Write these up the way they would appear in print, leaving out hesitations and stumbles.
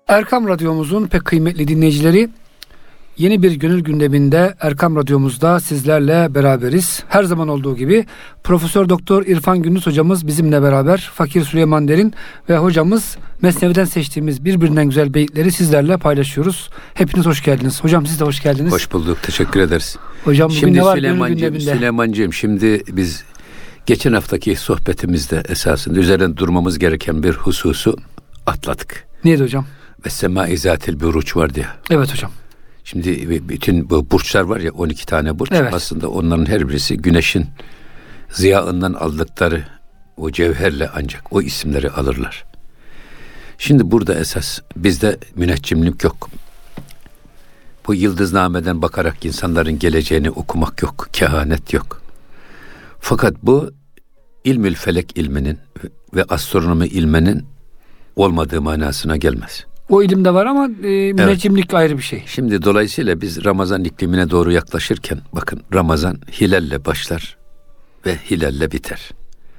Erkam Radyomuzun pek kıymetli dinleyicileri, yeni bir gönül gündeminde Erkam Radyomuzda sizlerle beraberiz. Her zaman olduğu gibi Profesör Doktor İrfan Gündüz hocamız bizimle beraber, Fakir Süleyman Derin ve hocamız Mesnevi'den seçtiğimiz birbirinden güzel beyitleri sizlerle paylaşıyoruz. Hepiniz hoş geldiniz. Hocam siz de hoş geldiniz. Hoş bulduk. Teşekkür ederiz. Hocam bugün şimdi ne var gönül gündeminde? Süleymancığım, şimdi biz geçen haftaki sohbetimizde esasında üzerinde durmamız gereken bir hususu atladık. Neydi hocam? Ve semâ-i zâtil buruç vardı ya. Evet hocam. Şimdi bütün bu burçlar var ya, 12 tane burç. Evet. Aslında onların her birisi güneşin ziyağından aldıkları o cevherle ancak o isimleri alırlar. Şimdi burada esas bizde müneccimlik yok. Bu yıldıznameden bakarak insanların geleceğini okumak yok. Kehanet yok. Fakat bu ilmül felek ilminin ve astronomi ilminin olmadığı manasına gelmez. O ilimde var ama müneccimlik evet, ayrı bir şey. Şimdi dolayısıyla biz Ramazan iklimine doğru yaklaşırken, bakın, Ramazan hilalle başlar ve hilalle biter.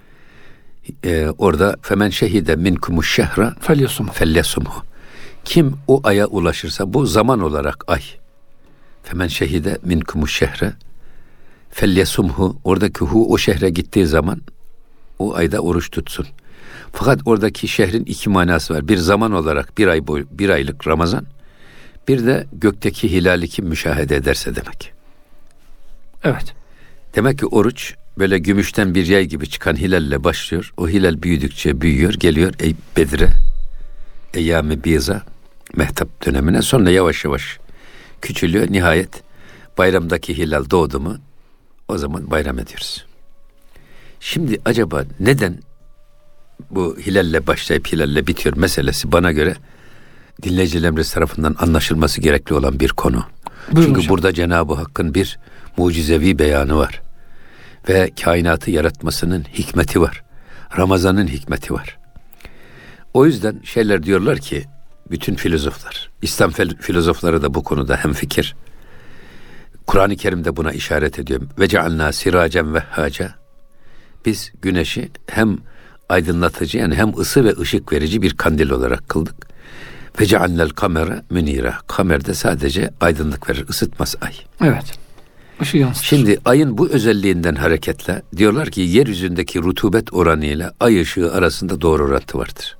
Orada femen şehide minkumuş şehra felyesumhu. Kim o aya ulaşırsa, bu zaman olarak ay. Femen şehide minkumuş şehre felyesumhu, oradaki hu o şehre gittiği zaman o ayda oruç tutsun. Fakat oradaki şehrin iki manası var. Bir zaman olarak bir aylık Ramazan, bir de gökteki hilali kim müşahede ederse demek. Evet. Demek ki oruç böyle gümüşten bir yay gibi çıkan hilalle başlıyor. O hilal büyüdükçe büyüyor, geliyor Bedir'e, Eyyâm-ı Bîz'a, mehtap dönemine, sonra yavaş yavaş küçülüyor. Nihayet bayramdaki hilal doğdu mu o zaman bayram ediyoruz. Şimdi acaba neden bu hilalle başlayıp hilalle bitiyor meselesi bana göre dinleyicilerimiz tarafından anlaşılması gerekli olan bir konu. Buyurun Çünkü hocam. burada Cenab-ı Hakk'ın bir mucizevi beyanı var. Ve kainatı yaratmasının hikmeti var. Ramazan'ın hikmeti var. O yüzden şeyler diyorlar ki, bütün filozoflar, İslam filozofları da bu konuda hemfikir. Kur'an-ı Kerim'de buna işaret ediyor. Ve cealnâ sirâcen vehhâca. Biz güneşi hem aydınlatıcı, yani hem ısı ve ışık verici bir kandil olarak kıldık. Ve cealnel kamera münira. Kamerde sadece aydınlık verir, ısıtmaz ay. Evet. Işığı yansıtır. Şimdi ayın bu özelliğinden hareketle diyorlar ki yeryüzündeki rutubet oranıyla ay ışığı arasında doğru orantı vardır.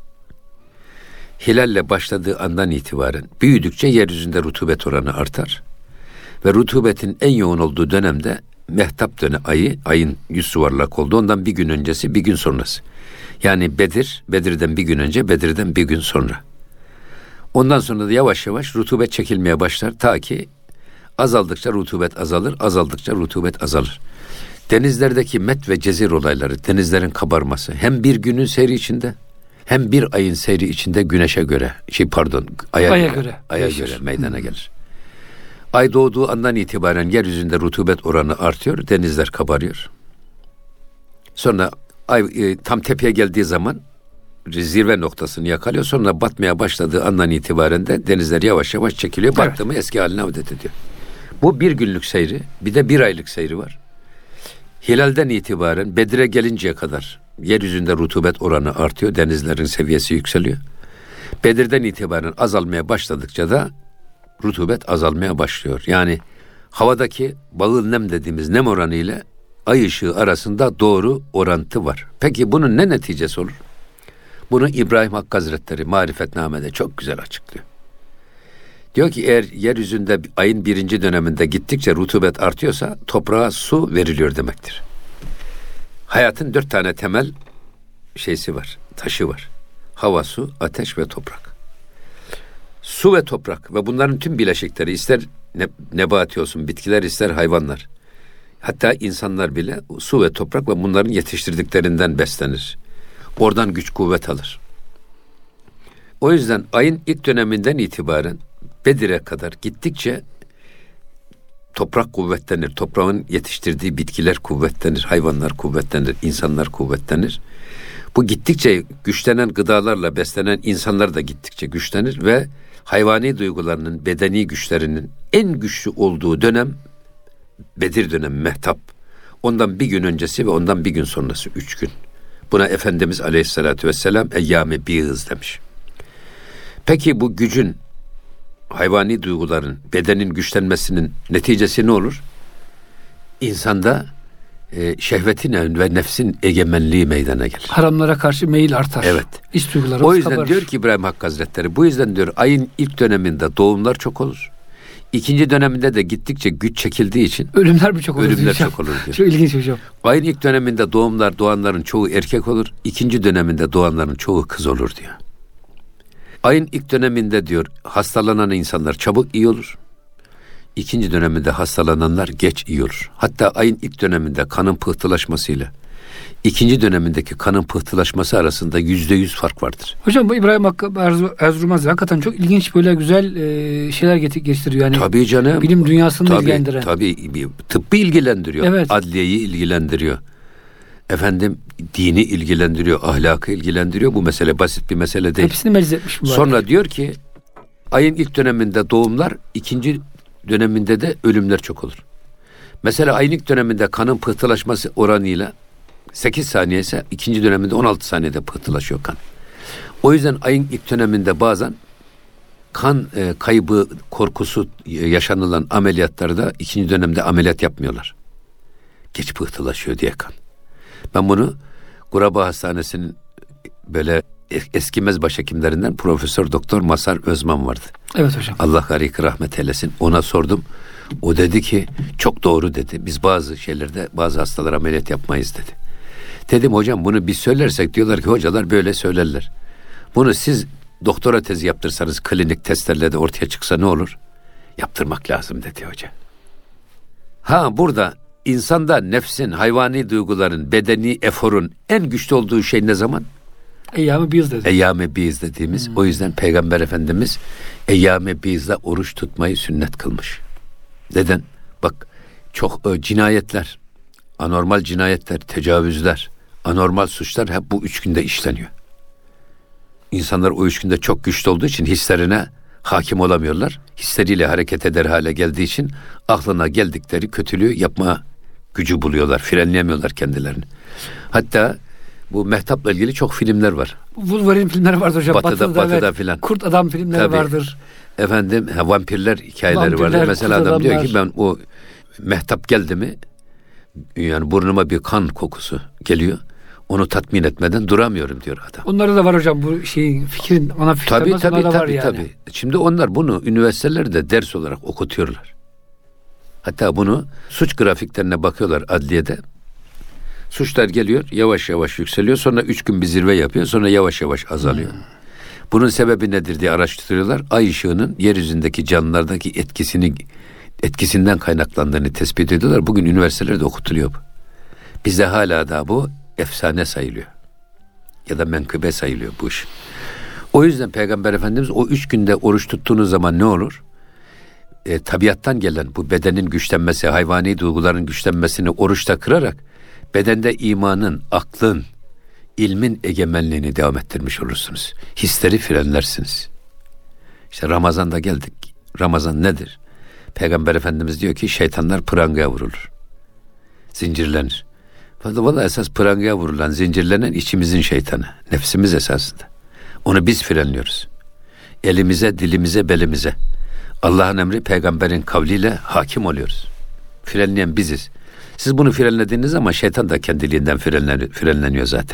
Hilalle başladığı andan itibaren büyüdükçe yeryüzünde rutubet oranı artar. Ve rutubetin en yoğun olduğu dönemde mehtap dönemi, ayın yüz yuvarlak olduğu, ondan bir gün öncesi, bir gün sonrası. Yani Bedir'den bir gün önce, Bedir'den bir gün sonra. Ondan sonra da yavaş yavaş rutubet çekilmeye başlar, ta ki azaldıkça rutubet azalır, azaldıkça rutubet azalır. Denizlerdeki met ve cezir olayları, denizlerin kabarması hem bir günün seyri içinde hem bir ayın seyri içinde güneşe göre, aya göre meydana gelir. Ay doğduğu andan itibaren yeryüzünde rutubet oranı artıyor, denizler kabarıyor. Sonra ay tam tepeye geldiği zaman zirve noktasını yakalıyor. Sonra batmaya başladığı andan itibaren de denizler yavaş yavaş çekiliyor. Evet. Battı mı eski haline avdet ediyor. Bu bir günlük seyri, bir de bir aylık seyri var. Hilalden itibaren Bedir'e gelinceye kadar yeryüzünde rutubet oranı artıyor, denizlerin seviyesi yükseliyor. Bedir'den itibaren azalmaya başladıkça da rutubet azalmaya başlıyor. Yani havadaki bağıl nem dediğimiz nem oranı ile ay ışığı arasında doğru orantı var. Peki bunun ne neticesi olur? Bunu İbrahim Hakkı Hazretleri Marifetname'de çok güzel açıklıyor. Diyor ki, eğer yeryüzünde ayın birinci döneminde gittikçe rutubet artıyorsa toprağa su veriliyor demektir. Hayatın 4 tane temel taşı var. Hava, su, ateş ve toprak. Su ve toprak ve bunların tüm bileşikleri, ister nebati olsun, bitkiler, ister hayvanlar, hatta insanlar bile su ve toprak ve bunların yetiştirdiklerinden beslenir. Oradan güç kuvvet alır. O yüzden ayın ilk döneminden itibaren Bedir'e kadar gittikçe toprak kuvvetlenir. Toprağın yetiştirdiği bitkiler kuvvetlenir, hayvanlar kuvvetlenir, insanlar kuvvetlenir. Bu gittikçe güçlenen gıdalarla beslenen insanlar da gittikçe güçlenir ve hayvani duygularının, bedeni güçlerinin en güçlü olduğu dönem Bedir dönemi, mehtap. Ondan bir gün öncesi ve ondan bir gün sonrası 3 gün. Buna Efendimiz Aleyhisselatü Vesselam Eyyâm-ı Bîz demiş. Peki bu gücün, hayvani duyguların, bedenin güçlenmesinin neticesi ne olur? İnsanda şehvetin ve nefsin egemenliği meydana gelir. Haramlara karşı meyil artar. Evet. İç duygularımız O yüzden kabarır. diyor ki İbrahim Hakkı Hazretleri, bu yüzden diyor ayın ilk döneminde doğumlar çok olur. İkinci döneminde de gittikçe güç çekildiği için ölümler mi çok olur? ölümler çok olur diyor. Çok ilginç hocam. Ayın ilk döneminde doğanların çoğu erkek olur. İkinci döneminde doğanların çoğu kız olur diyor. Ayın ilk döneminde diyor hastalanan insanlar çabuk iyi olur. İkinci döneminde hastalananlar geç iyi olur. Hatta ayın ilk döneminde kanın pıhtılaşmasıyla ikinci dönemindeki kanın pıhtılaşması arasında %100 fark vardır. Hocam bu İbrahim Hakkı Erzurum'a hakikaten çok ilginç böyle güzel şeyler getiriyor. Yani tabii canım. Bilim dünyasını tabii, ilgilendiren. Tabii tıbbı ilgilendiriyor. Evet. Adliyeyi ilgilendiriyor. Dini ilgilendiriyor, ahlakı ilgilendiriyor. Bu mesele basit bir mesele değil. Hepsini meclis etmiş bu. Sonra diyor ki ayın ilk döneminde doğumlar, ikinci döneminde de ölümler çok olur. Mesela ayın ilk döneminde kanın pıhtılaşması oranıyla 8 saniye ise ikinci döneminde 16 saniyede pıhtılaşıyor kan. O yüzden ayın ilk döneminde bazen kan kaybı korkusu yaşanılan ameliyatlarda ikinci dönemde ameliyat yapmıyorlar. Geç pıhtılaşıyor diye kan. Ben bunu Guraba Hastanesi'nin böyle eskimez başhekimlerinden Profesör Doktor Masar Özman vardı. Evet hocam. Allah gariki rahmet eylesin. Ona sordum. O dedi ki çok doğru dedi. Biz bazı şeylerde bazı hastalara ameliyat yapmayız dedi. Dedim hocam bunu biz söylersek diyorlar ki hocalar böyle söylerler. Bunu siz doktora tezi yaptırsanız klinik testlerle de ortaya çıksa ne olur? Yaptırmak lazım dedi hoca. Burada insanda nefsin, hayvani duyguların, bedeni eforun en güçlü olduğu şey ne zaman? Eyyam-ı Bîz dedi. Eyyam-ı Bîz dediğimiz. O yüzden Peygamber Efendimiz Eyyam-ı Bîz'de oruç tutmayı sünnet kılmış. Neden? Bak çok cinayetler, anormal cinayetler, tecavüzler, anormal suçlar hep bu 3 günde işleniyor. İnsanlar o 3 günde çok güçlü olduğu için hislerine hakim olamıyorlar. Hisleriyle hareket eder hale geldiği için aklına geldikleri kötülüğü yapma gücü buluyorlar. Frenleyemiyorlar kendilerini. Hatta bu mehtapla ilgili çok filmler var. Wolverine filmleri vardır hocam. Batı'da filan. Kurt Adam filmleri vardır. Vampirler hikayeleri vardır. Mesela adam diyor ki ben o mehtap geldi mi yani burnuma bir kan kokusu geliyor. Onu tatmin etmeden duramıyorum diyor adam. Onlarda da var hocam bu fikrin ana fikirlerinde tabii. Şimdi onlar bunu üniversitelerde ders olarak okutuyorlar. Hatta bunu suç grafiklerine bakıyorlar adliyede. Suçlar geliyor, yavaş yavaş yükseliyor. Sonra 3 gün bir zirve yapıyor. Sonra yavaş yavaş azalıyor. Bunun sebebi nedir diye araştırıyorlar. Ay ışığının yeryüzündeki canlılardaki etkisinden kaynaklandığını tespit ediyorlar. Bugün üniversitelerde okutuluyor bu. Bizde hala da bu efsane sayılıyor. Ya da menkıbe sayılıyor bu iş. O yüzden Peygamber Efendimiz o 3 günde oruç tuttuğunuz zaman ne olur? Tabiattan gelen bu bedenin güçlenmesi, hayvani duyguların güçlenmesini oruçta kırarak bedende imanın, aklın, ilmin egemenliğini devam ettirmiş olursunuz. Hisleri frenlersiniz. İşte Ramazan'da geldik. Ramazan nedir? Peygamber Efendimiz diyor ki şeytanlar prangaya vurulur. Zincirlenir. Vallahi esas prangaya vurulan, zincirlenen içimizin şeytanı. Nefsimiz esasında. Onu biz frenliyoruz. Elimize, dilimize, belimize. Allah'ın emri peygamberin kavliyle hakim oluyoruz. Frenleyen biziz. Siz bunu frenlediğiniz zaman şeytan da kendiliğinden frenleniyor zaten.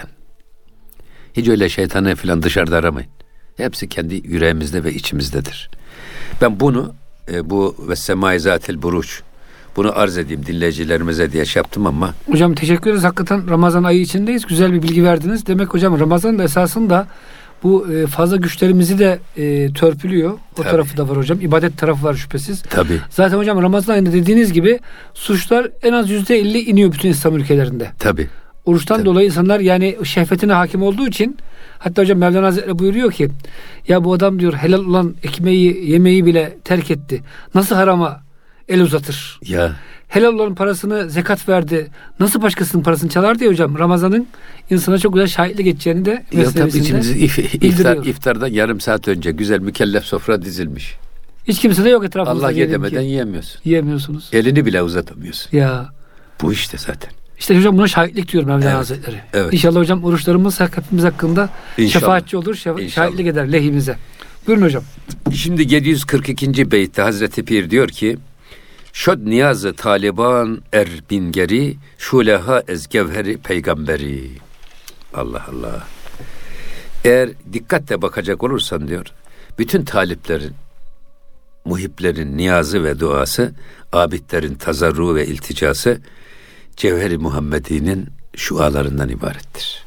Hiç öyle şeytanı falan dışarıda aramayın. Hepsi kendi yüreğimizde ve içimizdedir. Ben bunu bu ve semai zatel buruç bunu arz edeyim dinleyicilerimize diye şey yaptım ama. Hocam teşekkür ederiz. Hakikaten Ramazan ayı içindeyiz. Güzel bir bilgi verdiniz. Demek hocam Ramazan da esasında bu fazla güçlerimizi de törpülüyor. O Tabii. tarafı da var hocam. İbadet tarafı var şüphesiz. Tabii. Zaten hocam Ramazan ayında dediğiniz gibi suçlar en az %50 iniyor bütün İslam ülkelerinde. Tabii. Oruçtan Tabii. dolayı insanlar yani şehvetine hakim olduğu için hatta hocam Mevlana Hazretleri buyuruyor ki ya bu adam diyor helal olan ekmeği yemeği bile terk etti. Nasıl harama el uzatır? Ya. Helal olan parasını zekat verdi. Nasıl başkasının parasını çalar diye hocam Ramazan'ın insana çok güzel şahitlik geçeceğini de mesnevesinde iftardan yarım saat önce güzel mükellef sofra dizilmiş. Hiç kimse de yok etrafımızda. Allah ye demeden yiyemiyorsun. Yiyemiyorsunuz. Elini bile uzatamıyorsun. Ya. Bu işte zaten. İşte hocam buna şahitlik diyor Mevlana Hazretleri. Evet. İnşallah hocam oruçlarımız hepimiz hakkında İnşallah. şefaatçi olur, şahitlik eder lehimize. Buyurun hocam. Şimdi 742. beytte Hazreti Pir diyor ki: Şod niyazı taliban er bin geri, şuleha ez gevheri peygamberi. Allah Allah. Eğer dikkatle bakacak olursan diyor, bütün taliplerin, muhiplerin niyazı ve duası, abidlerin tazarru ve ilticası, Cevheri Muhammedi'nin şualarından ibarettir.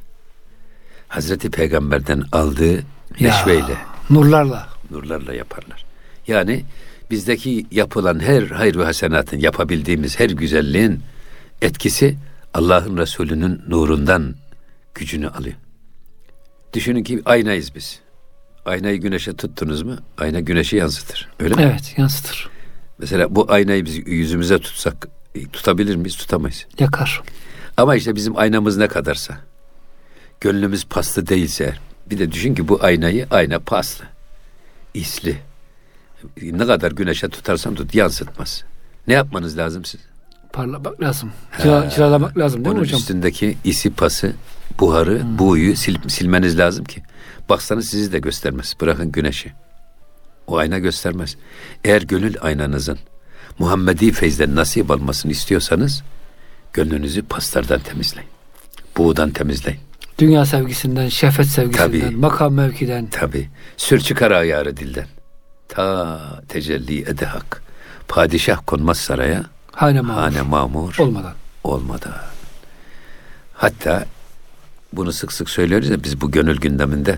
Hazreti Peygamber'den aldığı neşveyle, nurlarla yaparlar. Yani bizdeki yapılan her hayır ve hasenatın, yapabildiğimiz her güzelliğin etkisi Allah'ın Resulü'nün nurundan gücünü alıyor. Düşünün ki aynayız biz. Aynayı güneşe tuttunuz mu? Ayna güneşi yansıtır. Öyle mi? Evet, yansıtır. Mesela bu aynayı biz yüzümüze tutsak tutabilir miyiz? Tutamayız. Yakar. Ama işte bizim aynamız ne kadarsa, gönlümüz paslı değilse, bir de düşün ki bu ayna paslı, isli. Ne kadar güneşe tutarsan tut, yansıtmaz. Ne yapmanız lazım siz? Parlamak lazım. Cilalamak lazım değil mi hocam? Onun üstündeki isi pası, buharı, buğuyu silmeniz lazım ki baksanız sizi de göstermez. Bırakın güneşi. O ayna göstermez. Eğer gönül aynanızın Muhammedi feyzden nasip almasını istiyorsanız gönlünüzü paslardan temizleyin. Buğudan temizleyin. Dünya sevgisinden, şehvet sevgisinden, tabii, makam mevkiden. Tabii. Sür çıkar ayarı dilden. Ta tecelli ede hak. Padişah konmaz saraya. Hane mamur olmadan. Hatta bunu sık sık söylüyoruz ya biz bu gönül gündeminde.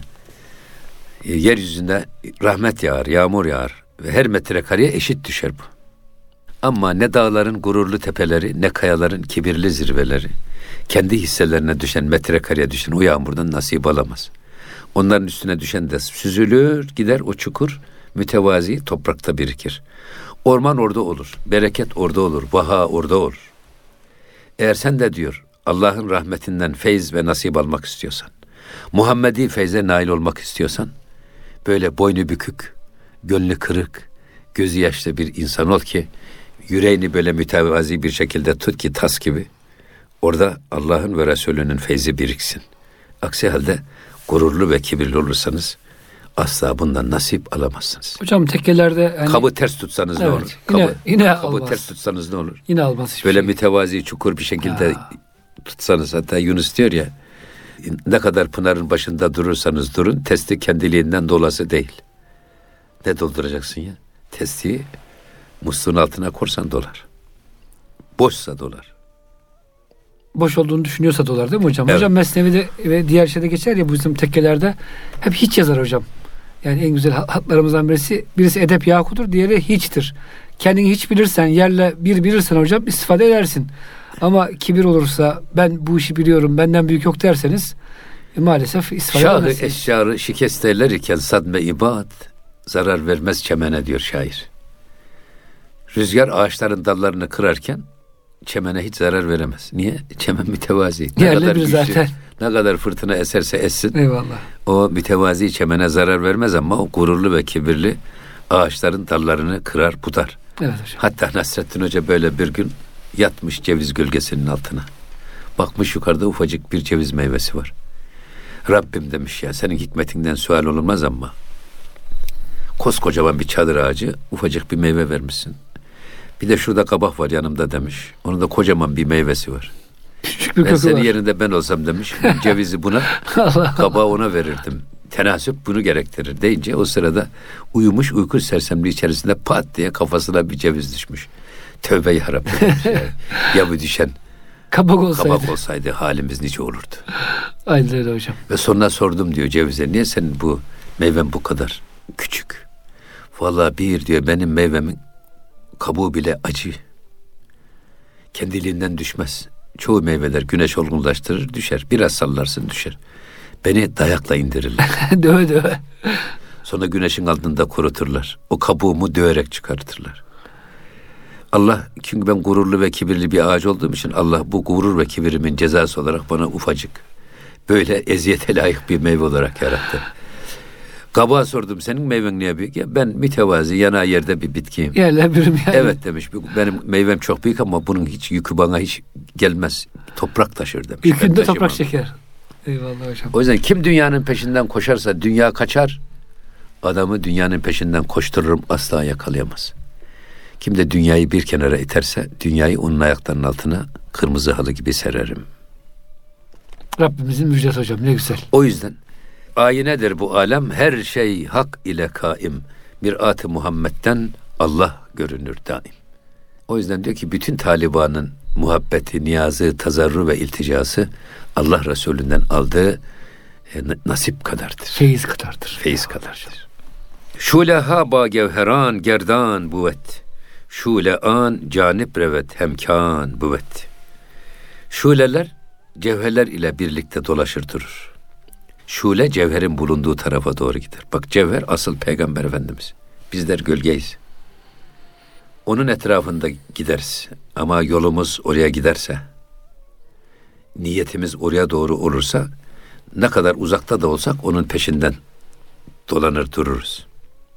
Yeryüzünde rahmet yağar, yağmur yağar ve her metrekareye eşit düşer bu. Ama ne dağların gururlu tepeleri, ne kayaların kibirli zirveleri, kendi hisselerine düşen, metrekareye düşen o yağmurdan nasip alamaz. Onların üstüne düşen de süzülür, gider o çukur, mütevazi toprakta birikir. Orman orada olur, bereket orada olur, vaha orada olur. Eğer sen de diyor Allah'ın rahmetinden feyz ve nasip almak istiyorsan, Muhammedi feyze nail olmak istiyorsan, böyle boynu bükük, gönlü kırık, gözü yaşlı bir insan ol ki, yüreğini böyle mütevazi bir şekilde tut ki tas gibi, orada Allah'ın ve Resulünün feyzi biriksin. Aksi halde gururlu ve kibirli olursanız, asla bundan nasip alamazsınız. Hocam tekkelerde kabı ters tutsanız ne olur? Yine kabı ters tutsanız ne olur? Yine almaz. Böyle mütevazi çukur bir şekilde tutsanız, hatta Yunus diyor ya, ne kadar pınarın başında durursanız durun, testi kendiliğinden dolası değil. Ne dolduracaksın ya? Testi musluğun altına korsan dolar. Boşsa dolar. Boş olduğunu düşünüyorsa dolar değil mi hocam? Evet. Hocam Mesnevi'de ve diğer şeyde geçer ya, bu bizim tekkelerde hep hiç yazar hocam. Yani en güzel hatlarımızdan birisi edep yakutur, diğeri hiçtir. Kendini hiç bilirsen, yerle bir bilirsen hocam istifade edersin. Ama kibir olursa, ben bu işi biliyorum, benden büyük yok derseniz maalesef istifade edemezsiniz. Şahı eşşarı şikest eyler iken sadme ibad, zarar vermez çemene diyor şair. Rüzgar ağaçların dallarını kırarken çemene hiç zarar veremez. Niye? Çemen mütevazi. Yerle bir zaten. Ne kadar fırtına eserse essin. Eyvallah. O mütevazi çemene zarar vermez ama o gururlu ve kibirli ağaçların dallarını kırar, budar. Evet hocam. Hatta Nasrettin Hoca böyle bir gün yatmış ceviz gölgesinin altına. Bakmış yukarıda ufacık bir ceviz meyvesi var. Rabbim demiş ya, senin hikmetinden sual olunmaz ama koskocaman bir çadır ağacı ufacık bir meyve vermişsin. Bir de şurada kabak var yanımda demiş. Onun da kocaman bir meyvesi var. Küçük bir ben senin var. yerinde ben olsam demiş. Cevizi buna, kabağı ona verirdim. Tenasüp bunu gerektirir deyince o sırada uyumuş, uyku sersemliği içerisinde pat diye kafasına bir ceviz düşmüş. Tövbe yarabbim demiş ya. Ya bu düşen kabak olsaydı halimiz nice olurdu. Aynen öyle hocam. Ve sonra sordum diyor cevize, niye senin bu meyven bu kadar küçük? Vallahi bir diyor, benim meyvemin kabuğu bile acı. Kendiliğinden düşmez. Çoğu meyveler güneş olgunlaştırır, düşer. Biraz sallarsın düşer. Beni dayakla indirirler. Döve. Sonra güneşin altında kuruturlar. O kabuğumu döverek çıkartırlar. Allah, çünkü ben gururlu ve kibirli bir ağaç olduğum için Allah bu gurur ve kibirimin cezası olarak bana ufacık, böyle eziyete layık bir meyve olarak yarattı. Kabağa sordum, senin meyven niye büyük? Ya ben mütevazi, yanağı yerde bir bitkiyim. Yerle birim yani. Evet demiş, benim meyvem çok büyük ama bunun hiç yükü bana hiç gelmez. Toprak taşır demiş. Yükünde toprak çeker. Eyvallah hocam. O yüzden kim dünyanın peşinden koşarsa dünya kaçar. adamı dünyanın peşinden koştururum, asla yakalayamaz. Kim de dünyayı bir kenara iterse, dünyayı onun ayaklarının altına kırmızı halı gibi sererim. Rabbimizin müjdesi hocam, ne güzel. O yüzden ayinedir bu alem, her şey hak ile kaim. Mirat-ı Muhammed'den Allah görünür daim. O yüzden diyor ki bütün Taliban'ın muhabbeti, niyazı, tazarru ve ilticası Allah Resulü'nden aldığı nasip kadardır. Feyiz kadardır. Feyiz kadardır. Şuleha ba gevheran gerdan buvet. Şule an canip revet hemkan buvet. Şuleler cevherler ile birlikte dolaşır durur. Şule cevherin bulunduğu tarafa doğru gider. Bak, cevher asıl Peygamber Efendimiz. Bizler gölgeyiz. Onun etrafında gideriz. Ama yolumuz oraya giderse, niyetimiz oraya doğru olursa, ne kadar uzakta da olsak onun peşinden dolanır dururuz.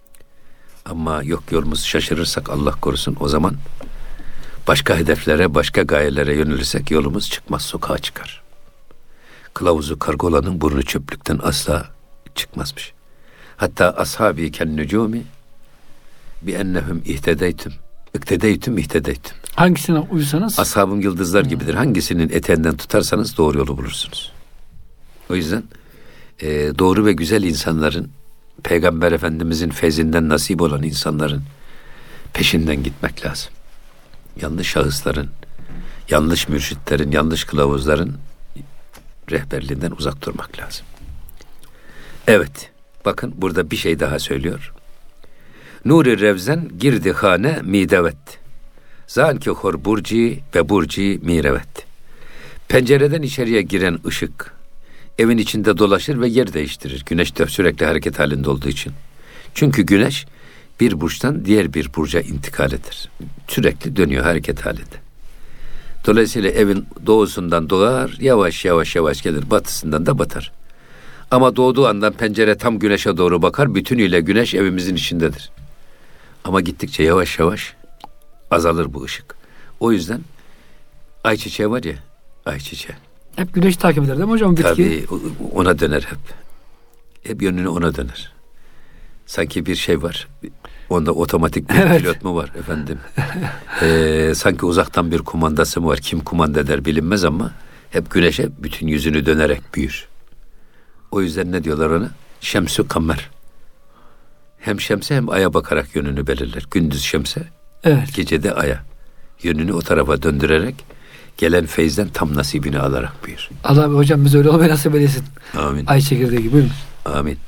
Ama yok, yolumuz şaşırırsak Allah korusun, o zaman başka hedeflere, başka gayelere yönelirsek yolumuz çıkmaz, sokağa çıkar. Kılavuzu kargolanın burnu çöplükten asla çıkmazmış. Hatta ashabi ken nücumi bi ennehum ihtedeytüm ihtedeytüm. Hangisine uysanız? Ashabım yıldızlar gibidir. Hangisinin eteğinden tutarsanız doğru yolu bulursunuz. O yüzden doğru ve güzel insanların, Peygamber Efendimizin feyzinden nasip olan insanların peşinden gitmek lazım. Yanlış şahısların, yanlış mürşitlerin, yanlış kılavuzların rehberliğinden uzak durmak lazım. Evet, bakın burada bir şey daha söylüyor. Nuri revzen girdi hane midevet. Zanki hor burci ve burci mirevet. Pencereden içeriye giren ışık evin içinde dolaşır ve yer değiştirir. Güneş de sürekli hareket halinde olduğu için. Çünkü güneş bir burçtan diğer bir burca intikal eder. Sürekli dönüyor, hareket halinde. Dolayısıyla evin doğusundan doğar, yavaş yavaş gelir, batısından da batar. Ama doğduğu andan pencere tam güneşe doğru bakar, bütünüyle güneş evimizin içindedir. Ama gittikçe yavaş azalır bu ışık. O yüzden ayçiçeği var ya, ayçiçeği. Hep güneş takip eder değil mi hocam? Bitki. Tabii ona döner hep. Hep yönünü ona döner. Sanki bir şey var. Onda otomatik bir pilot mu var efendim? Sanki uzaktan bir kumandası mı var? Kim kumanda eder bilinmez ama hep güneşe bütün yüzünü dönerek büyür. O yüzden ne diyorlar ona? Şemsü kamer. Hem şemse hem aya bakarak yönünü belirler. Gündüz şemse, gece de aya. Yönünü o tarafa döndürerek gelen feyizden tam nasibini alarak büyür. Allah hocam biz öyle olmayı nasip eylesin. Amin. Ay çekirdeği gibi. Buyurun. Amin.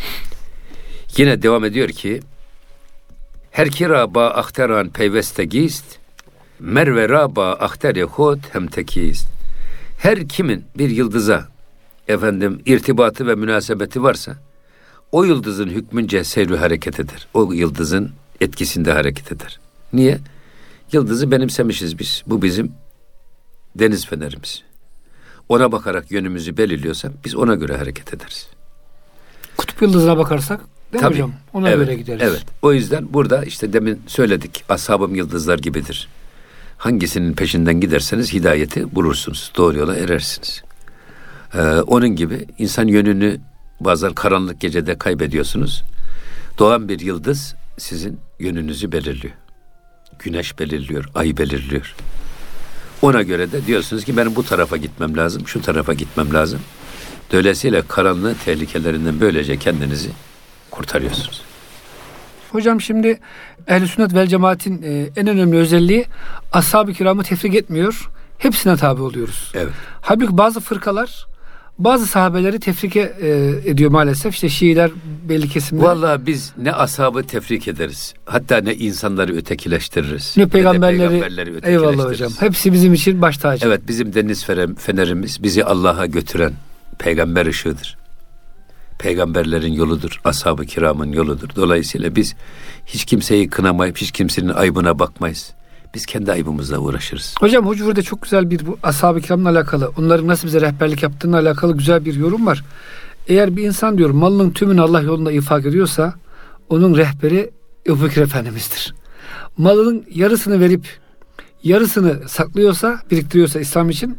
Yine devam ediyor ki her kira ba ahteran peyveste gist merve ra ba ahteri hod hem tekist. Her kimin bir yıldıza irtibatı ve münasebeti varsa o yıldızın hükmünce seyri hareket eder. O yıldızın etkisinde hareket eder. Niye? Yıldızı benimsemişiz biz. Bu bizim deniz fenerimiz. Ona bakarak yönümüzü belirliyorsak biz ona göre hareket ederiz. Kutup yıldızına bakarsak değil mi hocam? Ona göre gideriz. Evet. O yüzden burada işte demin söyledik. Ashabım yıldızlar gibidir. Hangisinin peşinden giderseniz hidayeti bulursunuz. Doğru yola erersiniz. Onun gibi insan yönünü bazen karanlık gecede kaybediyorsunuz. Doğan bir yıldız sizin yönünüzü belirliyor. Güneş belirliyor, ay belirliyor. Ona göre de diyorsunuz ki benim bu tarafa gitmem lazım, şu tarafa gitmem lazım. Dolayısıyla karanlığın tehlikelerinden böylece kendinizi kurtarıyorsunuz. Hocam şimdi Ehl-i Sünnet vel Cemaat'in en önemli özelliği ashab-ı kiramı tefrik etmiyor. Hepsine tabi oluyoruz. Evet. Halbuki bazı fırkalar bazı sahabeleri tefrik ediyor maalesef. İşte Şiiler belli kesimler. Vallahi biz ne ashabı tefrik ederiz. Hatta ne insanları ötekileştiririz. Ne peygamberleri ötekileştiririz. Eyvallah hocam. Hepsi bizim için baş tacı. Evet, bizim deniz fenerimiz bizi Allah'a götüren peygamber ışığıdır. Peygamberlerin yoludur. Ashab-ı kiramın yoludur. Dolayısıyla biz hiç kimseyi kınamayıp hiç kimsenin aybına bakmayız. Biz kendi aybımızla uğraşırız. Hocam Hucur'da çok güzel bir bu ashab-ı kiramla alakalı, onların nasıl bize rehberlik yaptığına alakalı güzel bir yorum var. Eğer bir insan diyor malının tümünü Allah yolunda infak ediyorsa onun rehberi Ebu Bekir Efendimiz'dir. Malının yarısını verip yarısını saklıyorsa, biriktiriyorsa İslam için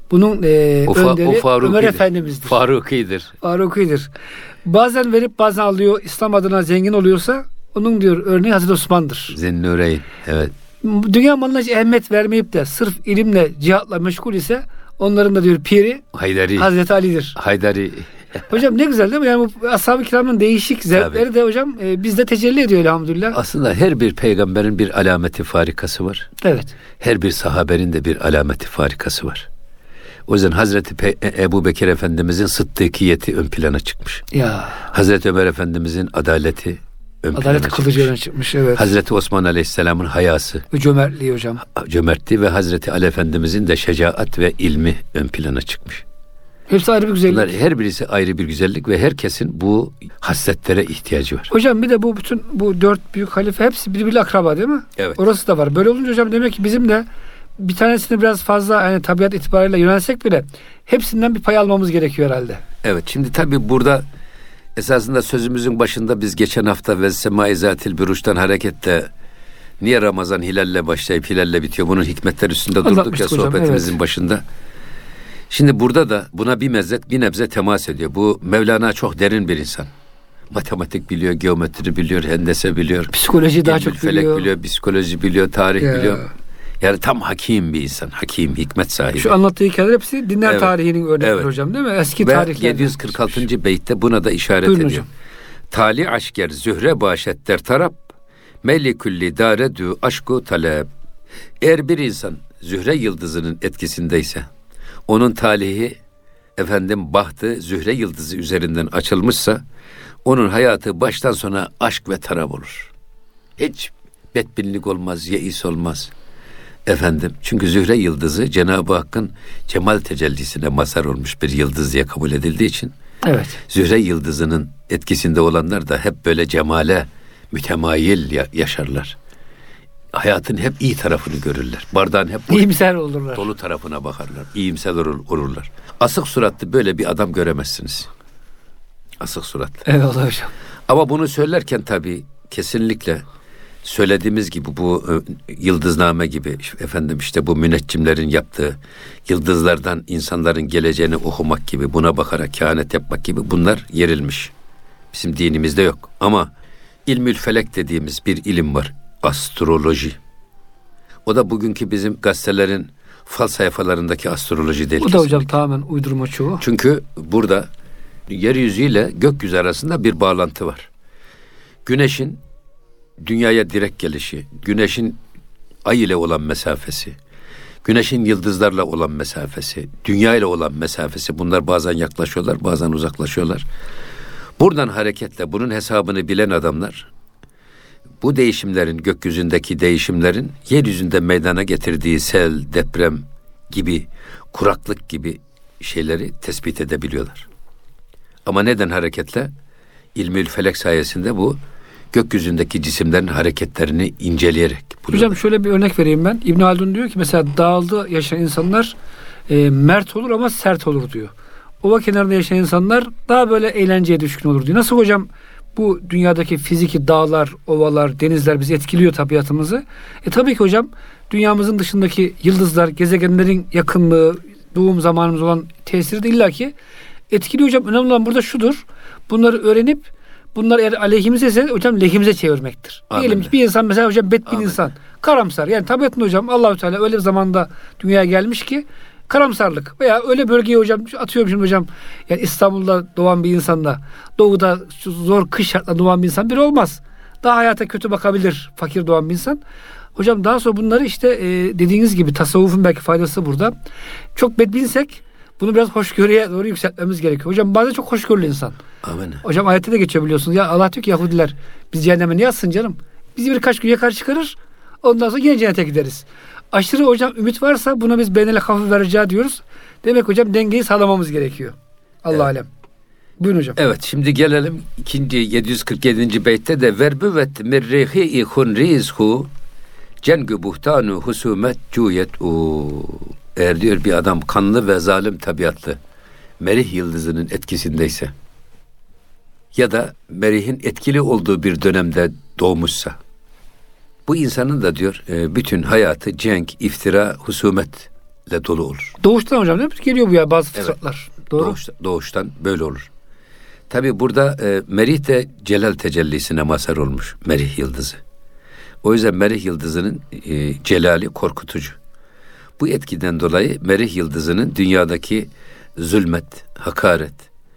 Bunun önderi Ömer Efendimiz'dir. Faruki'dir. Bazen verip bazen alıyor. İslam adına zengin oluyorsa onun diyor örneği Hazreti Osman'dır. Zennureyn. Evet. Dünya malına hiç ehemmiyet vermeyip de sırf ilimle, cihatla meşgul ise onların da diyor piri Haydari. Hazreti Ali'dir. Haydari. Hocam ne güzel değil mi? Yani bu ashab-ı kiramın değişik zevkleri Tabii. de hocam bizde tecelli ediyor elhamdülillah. Aslında her bir peygamberin bir alameti farikası var. Evet. Her bir sahabenin de bir alameti farikası var. O yüzden Hazreti Ebu Bekir Efendimizin sıddıkiyeti ön plana çıkmış. Ya. Hazreti Ömer Efendimizin adaleti ön plana çıkmış. Kılıcı öne çıkmış, evet. Hazreti Osman Aleyhisselam'ın hayası. Ve cömertliği hocam. Cömertliği ve Hazreti Ali Efendimizin de şecaat ve ilmi ön plana çıkmış. Hepsi ayrı bir güzellik. Bunlar her birisi ayrı bir güzellik ve herkesin bu hasletlere ihtiyacı var. Hocam bir de bütün bu 4 büyük halife hepsi birbiriyle akraba değil mi? Evet. Orası da var. Böyle olunca hocam demek ki bizim de bir tanesini biraz fazla yani tabiat itibariyle yönelsek bile hepsinden bir pay almamız gerekiyor herhalde. Evet, şimdi tabii burada esasında sözümüzün başında biz geçen hafta ve Semai Zatil Büruş'tan hareketle niye Ramazan hilalle başlayıp hilalle bitiyor? Bunun hikmetleri üstünde durduk ya sohbetimizin evet. başında. Şimdi burada da buna bir nebze temas ediyor. Bu Mevlana çok derin bir insan. Matematik biliyor, geometri biliyor, hendese biliyor. Psikoloji daha çok felek biliyor, psikoloji biliyor, tarih biliyor. Yani tam hakim bir insan, hakim, hikmet sahibi. Şu anlattığı hikayeler hepsi dinler tarihinin örnekleri hocam değil mi? Eski tarihler. 746. beytte buna da işaret Buyurun ediyor. Hocam. Tali aşker zühre başet der tarap, melikülli daredü aşku talep. Eğer bir insan zühre yıldızının etkisindeyse, onun talihi bahtı zühre yıldızı üzerinden açılmışsa, onun hayatı baştan sona aşk ve taraf olur. Hiç bedbinlik olmaz, yeis olmaz. Çünkü zühre yıldızı Cenab-ı Hakk'ın cemal tecellisine mazhar olmuş bir yıldız diye kabul edildiği için, evet. Zühre yıldızının etkisinde olanlar da hep böyle cemale mütemayil yaşarlar. Hayatın hep iyi tarafını görürler. Bardağın hep iyimser olurlar. Dolu tarafına bakarlar. İyimser olurlar. Asık suratlı böyle bir adam göremezsiniz. Asık suratlı. Eyvallah hocam. Ama bunu söylerken tabii kesinlikle söylediğimiz gibi bu yıldızname gibi işte bu müneccimlerin yaptığı yıldızlardan insanların geleceğini okumak gibi, buna bakarak kehanet yapmak gibi bunlar yerilmiş. Bizim dinimizde yok. Ama ilmül felek dediğimiz bir ilim var. Astroloji. O da bugünkü bizim gazetelerin fal sayfalarındaki astroloji değil. O da hocam tamamen uydurma çoğu. Çünkü burada yeryüzüyle gökyüzü arasında bir bağlantı var. Güneşin dünyaya direkt gelişi, güneşin ay ile olan mesafesi, güneşin yıldızlarla olan mesafesi, dünya ile olan mesafesi, bunlar bazen yaklaşıyorlar, bazen uzaklaşıyorlar. Buradan hareketle bunun hesabını bilen adamlar, bu değişimlerin, gökyüzündeki değişimlerin yeryüzünde meydana getirdiği sel, deprem gibi, kuraklık gibi şeyleri tespit edebiliyorlar. Ama neden hareketle? İlmül felek sayesinde bu gökyüzündeki cisimlerin hareketlerini inceleyerek buluyorlar. Hocam şöyle bir örnek vereyim ben. İbn Haldun diyor ki mesela dağda yaşayan insanlar mert olur ama sert olur diyor. Ova kenarında yaşayan insanlar daha böyle eğlenceye düşkün olur diyor. Nasıl hocam bu dünyadaki fiziki dağlar, ovalar, denizler bizi etkiliyor tabiatımızı? Tabii ki hocam dünyamızın dışındaki yıldızlar, gezegenlerin yakınlığı, doğum zamanımız olan tesiri de illaki etkiliyor hocam. Önemli olan burada şudur. Bunları öğrenip bunlar eğer aleyhimize ise hocam lehimize çevirmektir. Diyelim ki bir insan mesela hocam bedbin insan, karamsar. Yani tabiatında hocam Allahu Teala öyle bir zamanda dünyaya gelmiş ki karamsarlık veya öyle bölgeye hocam atıyorum şimdi hocam yani İstanbul'da doğan bir insanda doğuda zor kış şartlarında doğan bir insan biri olmaz. Daha hayata kötü bakabilir fakir doğan bir insan. Hocam daha sonra bunları işte dediğiniz gibi tasavvufun belki faydası burada. Çok bedbinsek bunu biraz hoşgörüye doğru yükseltmemiz gerekiyor. Hocam bazen çok hoşgörülü insan. Amin. Hocam ayette de geçiyor biliyorsunuz. Ya Allah diyor ki Yahudiler biz cehenneme niye atsın canım? Bizi birkaç gün yakar çıkarır. Ondan sonra yine cennete gideriz. Aşırı hocam ümit varsa buna biz beynele hafif vereceği diyoruz. Demek hocam dengeyi sağlamamız gerekiyor. Allah alem. Buyurun hocam. Evet şimdi gelelim 747. beytte de verbüvet mirrihi hunrizhu cengü buhtanu husumet cuyet eğer diyor bir adam kanlı ve zalim tabiatlı Merih yıldızının etkisindeyse ya da Merih'in etkili olduğu bir dönemde doğmuşsa bu insanın da diyor bütün hayatı cenk, iftira, husumet dolu olur. Doğuştan hocam değil mi? Geliyor bu ya bazı fıtratlar. Evet. Doğru. Doğuştan böyle olur. Tabi burada Merih de celal tecellisine mazhar olmuş. Merih yıldızı. O yüzden Merih yıldızının celali korkutucu. Bu etkiden dolayı Merih yıldızının dünyadaki zulmet, hakaret,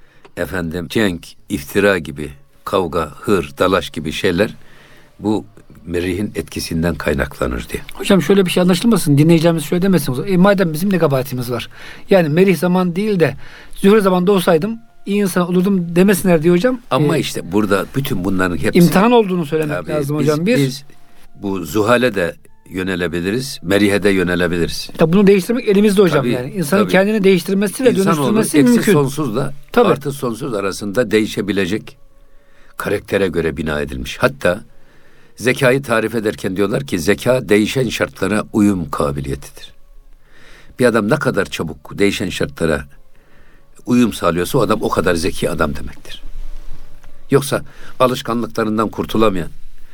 cenk, iftira gibi, kavga, hır, dalaş gibi şeyler bu Merih'in etkisinden kaynaklanır diye. Hocam şöyle bir şey anlaşılmasın. Dinleyeceğimiz şöyle demesin. Madem bizim ne kabahatimiz var. Yani Merih zaman değil de Zühre zamanında olsaydım iyi insan olurdum demesinler diyor hocam. Ama işte burada bütün bunların hepsi imtihan olduğunu söylemek lazım hocam. Biz bu Zuhal'e de yönelebiliriz, Merih'e de yönelebiliriz. Tabii bunu değiştirmek elimizde hocam tabii, yani. İnsanın tabii. Kendini değiştirmesi ve dönüştürmesi mümkün. Eksi sonsuzla tabii. Artı sonsuz arasında değişebilecek karaktere göre bina edilmiş. Hatta zekayı tarif ederken diyorlar ki zeka değişen şartlara uyum kabiliyetidir. Bir adam ne kadar çabuk değişen şartlara uyum sağlıyorsa o adam o kadar zeki adam demektir. Yoksa alışkanlıklarından kurtulamayan,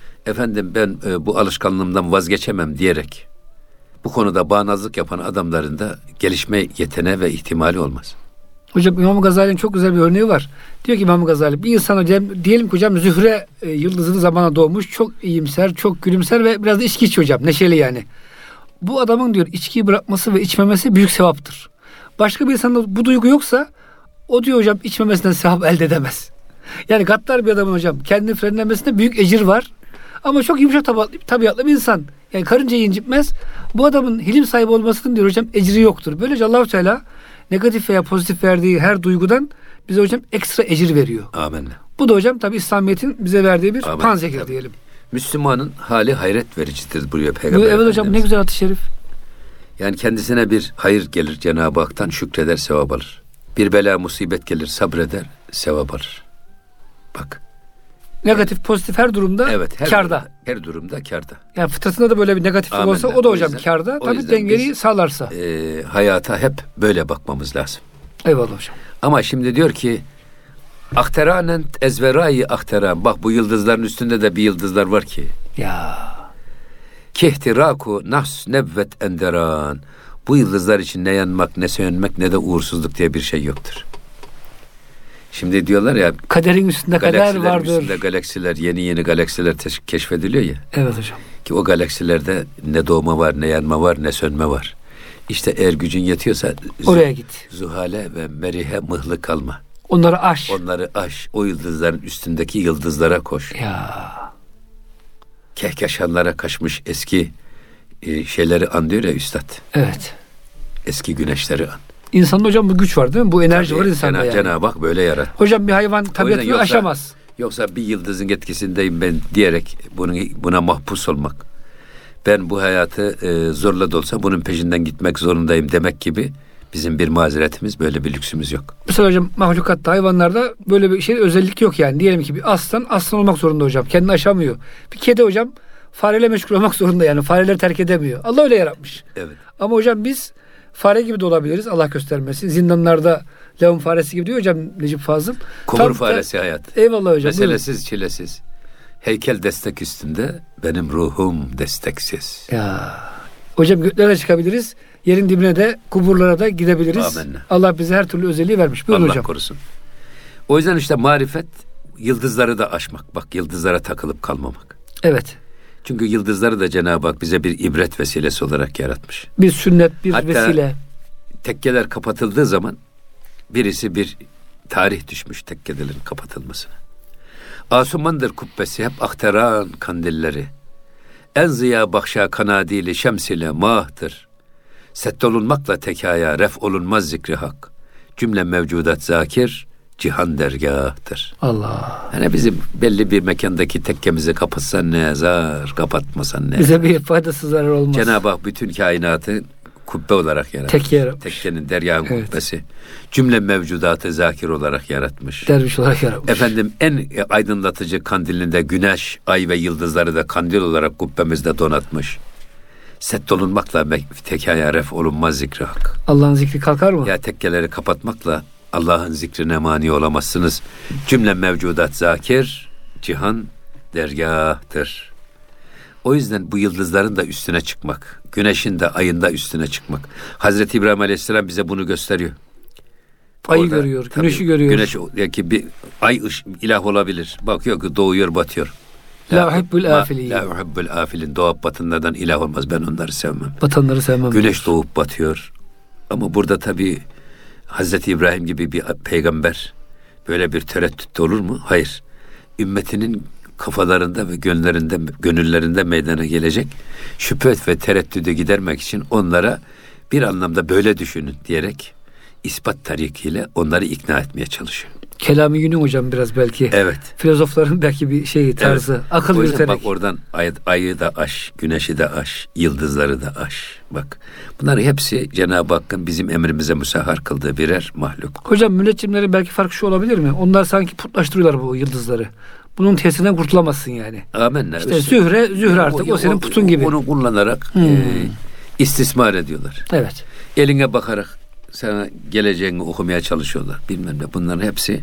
ben bu alışkanlığımdan vazgeçemem diyerek bu konuda bağnazlık yapan adamların da gelişme yeteneği ve ihtimali olmaz. Hocam İmam Gazali'nin çok güzel bir örneği var. Diyor ki İmam Gazali bir insan hocam diyelim ki hocam Zühre yıldızının zamana doğmuş, çok iyimser, çok gülümser ve biraz da içki içiyor hocam, neşeli yani. Bu adamın diyor içkiyi bırakması ve içmemesi büyük sevaptır. Başka bir insanda bu duygu yoksa o diyor hocam içmemesinden sevap elde edemez. Yani gaddar bir adamın hocam kendini frenlemesinde büyük ecir var. Ama çok yumuşak tabiatlı bir insan. Yani karıncayı incitmez. Bu adamın hilim sahibi olmasının diyor hocam ecri yoktur. Böylece Allah-u Teala negatif veya pozitif verdiği her duygudan bize hocam ekstra ecir veriyor. Amin. Bu da hocam tabi İslamiyet'in bize verdiği bir panzehir diyelim. Müslümanın hali hayret vericidir buyuruyor Peygamber Evet hocam ne güzel hadis-i şerif. Yani kendisine bir hayır gelir Cenab-ı Hak'tan şükreder sevap alır. Bir bela musibet gelir sabreder sevap alır. Bak. Negatif pozitif her durumda kârda. Her durumda kârda. Yani fıtratında da böyle bir negatiflik olsa o da hocam kârda. Tabii dengeyi sağlarsa. Hayata hep böyle bakmamız lazım. Eyvallah hocam. Ama şimdi diyor ki ahteranen ezverai ahteran. Bak bu yıldızların üstünde de bir yıldızlar var ki. Ya. Kehtiraku nahs nebvet enderan. Bu yıldızlar için ne yanmak, ne sönmek, ne de uğursuzluk diye bir şey yoktur. Şimdi diyorlar ya kaderin üstünde kader vardır. Üstünde galaksiler, yeni galaksiler keşfediliyor ya. Evet hocam. Ki o galaksilerde ne doğma var, ne yanma var, ne sönme var. İşte eğer gücün yetiyorsa oraya git. Zuhal'e ve Merih'e mıhlı kalma. Onları aş. O yıldızların üstündeki yıldızlara koş. Ya. Kehkeşanlara kaçmış eski şeyleri an diyor ya üstad. Evet. Eski güneşleri an. İnsanda hocam bu güç var değil mi? Bu enerji var insanda yani. Cenab-ı Hak böyle yarat. Hocam bir hayvan tabiatını aşamaz. Yoksa bir yıldızın etkisindeyim ben diyerek buna mahpus olmak. Ben bu hayatı zorla da olsa bunun peşinden gitmek zorundayım demek gibi bizim bir mazeretimiz, böyle bir lüksümüz yok. Mesela hocam mahlukatta, hayvanlarda böyle bir şey özellik yok yani. Diyelim ki bir aslan olmak zorunda hocam. Kendini aşamıyor. Bir kedi hocam fareyle meşgul olmak zorunda yani. Fareleri terk edemiyor. Allah öyle yaratmış. Evet. Ama hocam biz fare gibi de olabiliriz. Allah göstermesin. Zindanlarda levun faresi gibi diyor hocam Necip Fazıl. Kumur faresi hayat. Eyvallah hocam. Meselesiz, çilesiz. Heykel destek üstünde, benim ruhum desteksiz. Ya. Hocam göklere çıkabiliriz. Yerin dibine de, kuburlara da gidebiliriz. Amenna. Allah bize her türlü özelliği vermiş. Buyurun Allah hocam. Korusun. O yüzden işte marifet yıldızları da aşmak. Bak yıldızlara takılıp kalmamak. Evet. Çünkü yıldızları da Cenab-ı Hak bize bir ibret vesilesi olarak yaratmış. Bir sünnet, bir hatta vesile. Tekkeler kapatıldığı zaman birisi bir tarih düşmüş tekkelerin kapatılmasına. Asumandır kubbesi hep akteran kandilleri. En ziya bakşa kanadili şemsile mahtır. Settolunmakla tekaya ref olunmaz zikri hak. Cümle mevcudat zakir, cihan dergahtır. Allah. Yani bizim belli bir mekandaki tekkemizi kapatsan ne yazar, kapatmasan ne bize bir faydası zarar olmaz. Cenab-ı Hak bütün kainatı kubbe olarak yaratmış. Tekke yaratmış. Tekkenin, deryağın kubbesi. Cümle mevcudatı zakir olarak yaratmış. Derviş olarak yaratmış. En aydınlatıcı kandilinde güneş, ay ve yıldızları da kandil olarak kubbemizde donatmış. Settolunmakla tekaya ref olunmaz zikri hak. Allah'ın zikri kalkar mı? Ya tekkeleri kapatmakla Allah'ın zikrine mani olamazsınız. Cümle mevcudat zakir, cihan dergahtır. O yüzden bu yıldızların da üstüne çıkmak, güneşin de ayın da üstüne çıkmak. Hazreti İbrahim Aleyhisselam bize bunu gösteriyor. Ayı görüyor, güneşi görüyor. Güneş, yani bir ay ilah olabilir. Bakıyor ki doğuyor, batıyor. La uhibbul afilin. La uhibbul afilin. Doğup batınlardan ilah olmaz. Ben onları sevmem. Batanları sevmem. Güneş doğup batıyor. Ama burada tabii Hazreti İbrahim gibi bir peygamber böyle bir tereddütte olur mu? Hayır. Ümmetinin kafalarında ve gönüllerinde meydana gelecek şüphe ve tereddüdü gidermek için onlara bir anlamda böyle düşünün diyerek ispat tarikiyle onları ikna etmeye çalışıyor. Kelam-ı Yunus hocam biraz belki. Evet. Filozofların belki bir şey tarzı. Evet. Akıl yürüterek. Bak oradan ayı da aş, güneşi de aş, yıldızları da aş. Bak bunların hepsi Cenab-ı Hakk'ın bizim emrimize müsahhar kıldığı birer mahluk. Hocam müneccimlerin belki farkı şu olabilir mi? Onlar sanki putlaştırıyorlar bu yıldızları. Bunun tesirinden kurtulamazsın yani. Amenna. İşte Zühre artık o senin putun gibi. Onu kullanarak istismar ediyorlar. Evet. Eline bakarak sana geleceğini okumaya çalışıyorlar. Bilmem ne. Bunların hepsi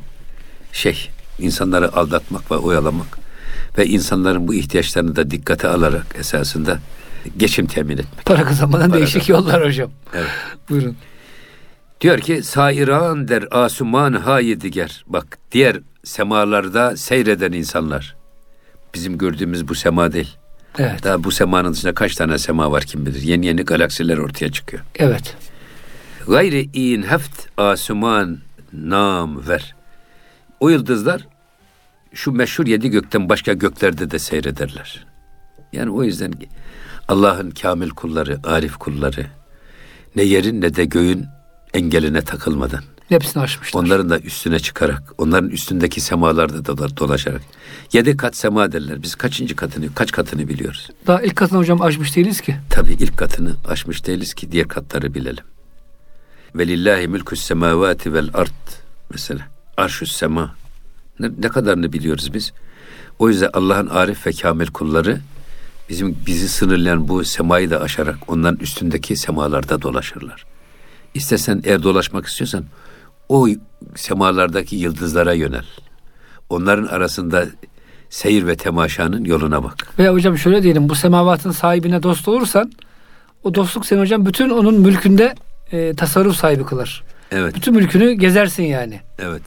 insanları aldatmak ve oyalamak ve insanların bu ihtiyaçlarını da dikkate alarak esasında geçim temin etmek. Para kazanmadan değişik yollar hocam. Evet. Buyurun. Diyor ki sairan der asuman hayi diger. Bak diğer semalarda seyreden insanlar. Bizim gördüğümüz bu sema değil. Evet. Daha bu semanın dışında kaç tane sema var kim bilir. Yeni yeni galaksiler ortaya çıkıyor. Evet. Gayri in heft asuman nam ver. O yıldızlar şu meşhur 7 gökten başka göklerde de seyrederler. Yani o yüzden Allah'ın kamil kulları, arif kulları ne yerin ne de göğün engeline takılmadan hepsini aşmışlar. Onların da üstüne çıkarak, onların üstündeki semalarda da dolaşarak. 7 kat sema derler. Biz kaç katını biliyoruz? Daha ilk katını hocam aşmış değiliz ki. Tabii ilk katını aşmış değiliz ki diğer katları bilelim. Velillahi mülkü's semavati vel ard mesela. Arşü's sema. Ne kadarını biliyoruz biz? O yüzden Allah'ın arif ve kamil kulları bizi sınırlayan bu semayı da aşarak onların üstündeki semalarda dolaşırlar. İstersen eğer dolaşmak istiyorsan o semalardaki yıldızlara yönel. Onların arasında seyir ve temaşanın yoluna bak. Veya hocam şöyle diyelim, bu semavatın sahibine dost olursan o dostluk seni hocam bütün onun mülkünde tasarruf sahibi kılar. Evet. Bütün mülkünü gezersin yani. Evet.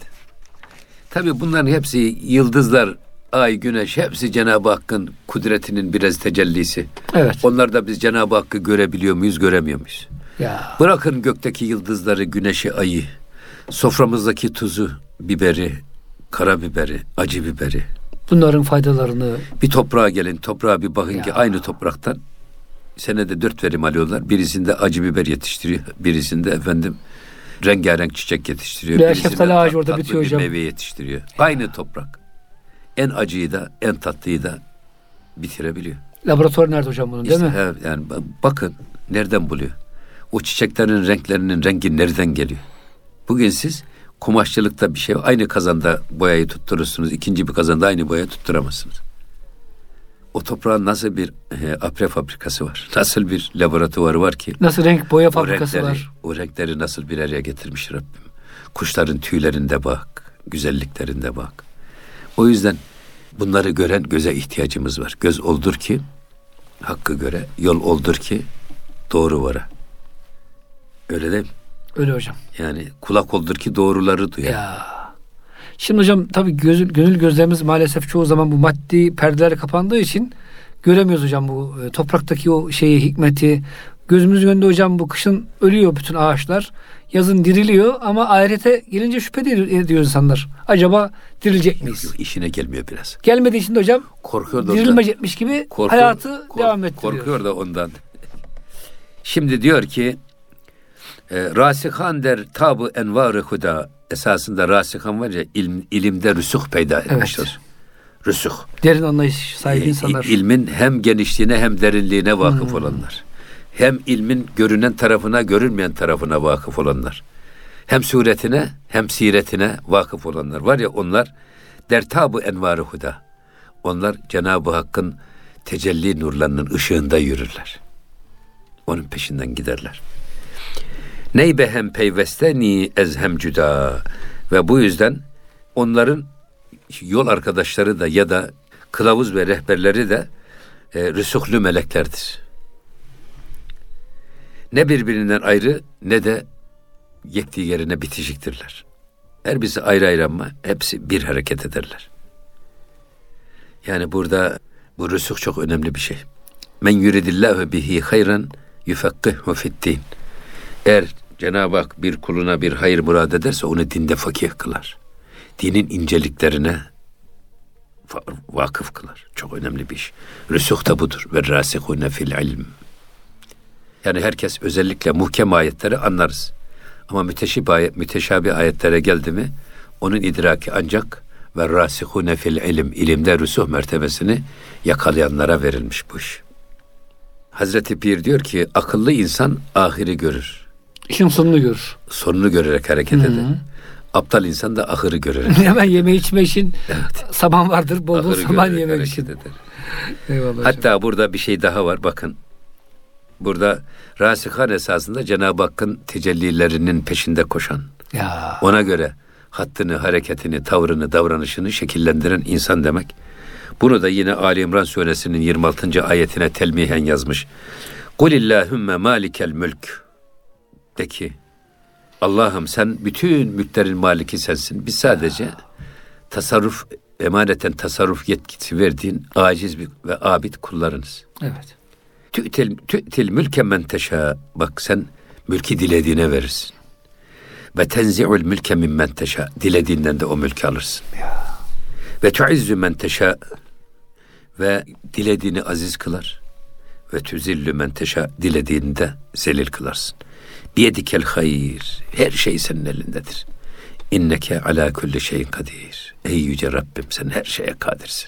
Tabii bunların hepsi yıldızlar, ay, güneş hepsi Cenab-ı Hakk'ın kudretinin biraz tecellisi. Evet. Onlar da biz Cenab-ı Hakk'ı görebiliyor muyuz, göremiyor muyuz? Ya. Bırakın gökteki yıldızları, güneşi, ayı, soframızdaki tuzu, biberi, karabiberi, acı biberi. Bunların faydalarını... Bir toprağa gelin, toprağa bir bakın ki aynı topraktan senede 4 verim alıyorlar. Birisinde acı biber yetiştiriyor, birisinde rengarenk çiçek yetiştiriyor. Veya şeftali ağacı orada bitiyor hocam. Meyve yetiştiriyor. Aynı toprak. En acıyı da, en tatlıyı da bitirebiliyor. Laboratuvar nerede hocam bunun, değil mi? Evet, yani bakın nereden buluyor? O çiçeklerin renklerinin rengi nereden geliyor? Bugün siz kumaşçılıkta bir şey aynı kazanda boyayı tutturursunuz. İkinci bir kazanda aynı boyayı tutturamazsınız. O toprağın nasıl bir apre fabrikası var? Nasıl bir laboratuvarı var ki? Nasıl renk boya fabrikası var? O renkleri nasıl bir araya getirmiş Rabbim? Kuşların tüylerinde bak, güzelliklerinde bak. O yüzden bunları gören göze ihtiyacımız var. Göz oldur ki hakkı göre, yol oldur ki doğru vara. Öyle değil mi? Öyle hocam. Yani kulak oldur ki doğruları duyar. Ya. Şimdi hocam tabii gönül gözlerimiz maalesef çoğu zaman bu maddi perdeler kapandığı için göremiyoruz hocam bu topraktaki o hikmeti. Gözümüzün önünde hocam bu kışın ölüyor bütün ağaçlar. Yazın diriliyor ama ahirete gelince şüphe ediyor insanlar. Acaba dirilecek miyiz? Yok, işine gelmiyor biraz. Gelmediği için de hocam korkuyor da dirilmeyecekmiş gibi hayatı devam ettiriyor. Korkuyor da ondan. Şimdi diyor ki Rasihan der tabu envar-ı huda, esasında rasihan var ya, ilimde rüsuh peyda etmiştir. Evet. Rüsuh. Derin anlayış sahibi insanlar. İlmin hem genişliğine hem derinliğine vakıf olanlar. Hem ilmin görünen tarafına, görünmeyen tarafına vakıf olanlar. Hem suretine hem siretine vakıf olanlar. Var ya onlar der tabu envar-ı huda. Onlar Cenab-ı Hakk'ın tecelli nurlarının ışığında yürürler. Onun peşinden giderler. Neybe hem peyvesteni ezhem cüda. Ve bu yüzden onların yol arkadaşları da ya da kılavuz ve rehberleri de rüsuhlü meleklerdir. Ne birbirinden ayrı ne de yektiği yerine bitişiktirler. Her birisi ayrı ayrı ama hepsi bir hareket ederler. Yani burada bu rüsuh çok önemli bir şey. Men yuridillahu bihi hayran yufakkihu fi'd-din. Eğer Cenab-ı Hak bir kuluna bir hayır murad ederse onu dinde fakih kılar. Dinin inceliklerine vakıf kılar. Çok önemli bir iş. Rüsuh da budur. Ve rasihune fil ilm. Yani herkes özellikle muhkem ayetleri anlarız. Ama müteşabih ayetlere geldi mi onun idraki ancak ve rasihune fil ilm, ilimde rüsuh mertebesini yakalayanlara verilmiş bu iş. Hazreti Pir diyor ki akıllı insan ahiri görür. İşin sonunu görür. Sonunu görerek hareket eder. Aptal insan da ahırı görerek. Hemen yeme içme için saman vardır. Bol bol saman yemek için. Eyvallah. Hatta hocam. Burada bir şey daha var bakın. Burada rasihan esasında Cenab-ı Hakk'ın tecellilerinin peşinde koşan. Ya. Ona göre hattını, hareketini, tavrını, davranışını şekillendiren insan demek. Bunu da yine Ali İmran suresinin 26. ayetine telmihen yazmış. Kulillahümme malikel mülk. De ki Allah'ım sen bütün mülklerin maliki sensin. Biz sadece tasarruf, emaneten tasarruf yetkisi verdiğin aciz ve abid kullarınız. Evet. Tü'til mülke men teşâ. Bak sen mülkü dilediğine verirsin. Ve tenzi'ul mülke mimmen teşâ. Dilediğinden de o mülkü alırsın. Ya. Ve tu'izzü men teşâ. Ve dilediğini aziz kılar. Ve tüzillü men teşâ. Dilediğini de zelil kılarsın. Biyedikel hayır. Her şey senin elindedir. İnneke ala kulli şeyin kadir. Ey yüce Rabbim sen her şeye kadirsin.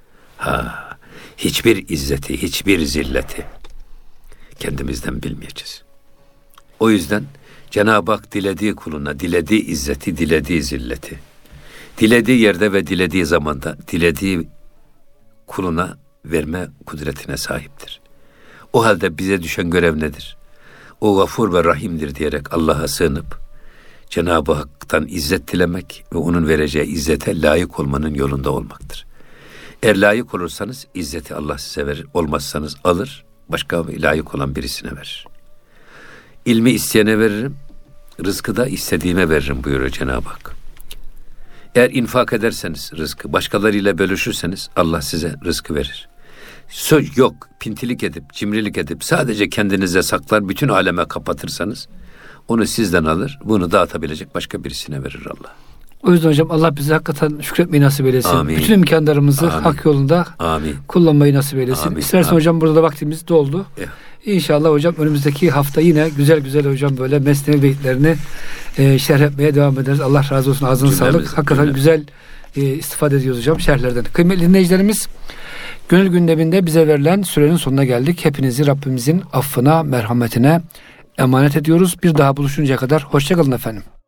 Hiçbir izzeti, hiçbir zilleti kendimizden bilmeyeceğiz. O yüzden Cenab-ı Hak dilediği kuluna, dilediği izzeti, dilediği zilleti, dilediği yerde ve dilediği zamanda, dilediği kuluna verme kudretine sahiptir. O halde bize düşen görev nedir? O gafur ve rahimdir diyerek Allah'a sığınıp Cenab-ı Hak'tan izzet dilemek ve onun vereceği izzete layık olmanın yolunda olmaktır. Eğer layık olursanız izzeti Allah size verir. Olmazsanız alır, başka layık olan birisine verir. İlmi isteyene veririm, rızkı da istediğime veririm buyuruyor Cenab-ı Hak. Eğer infak ederseniz rızkı, başkalarıyla bölüşürseniz Allah size rızkı verir. Söz yok, pintilik edip, cimrilik edip sadece kendinize saklar, bütün aleme kapatırsanız onu sizden alır, bunu dağıtabilecek başka birisine verir Allah. O yüzden hocam Allah bize hakikaten şükretmeyi nasip eylesin. Amin. Bütün imkanlarımızı hak yolunda kullanmayı nasip eylesin. İstersen hocam burada da vaktimiz doldu. İnşallah hocam önümüzdeki hafta yine güzel hocam böyle mesnevi beyitlerini şerh etmeye devam ederiz. Allah razı olsun. Ağzına sağlık. Hakikaten güzel istifade ediyoruz hocam şerhlerden. Kıymetli dinleyicilerimiz, Gönül Gündemi'nde bize verilen sürenin sonuna geldik. Hepinizi Rabbimizin affına, merhametine emanet ediyoruz. Bir daha buluşuncaya kadar hoşça kalın efendim.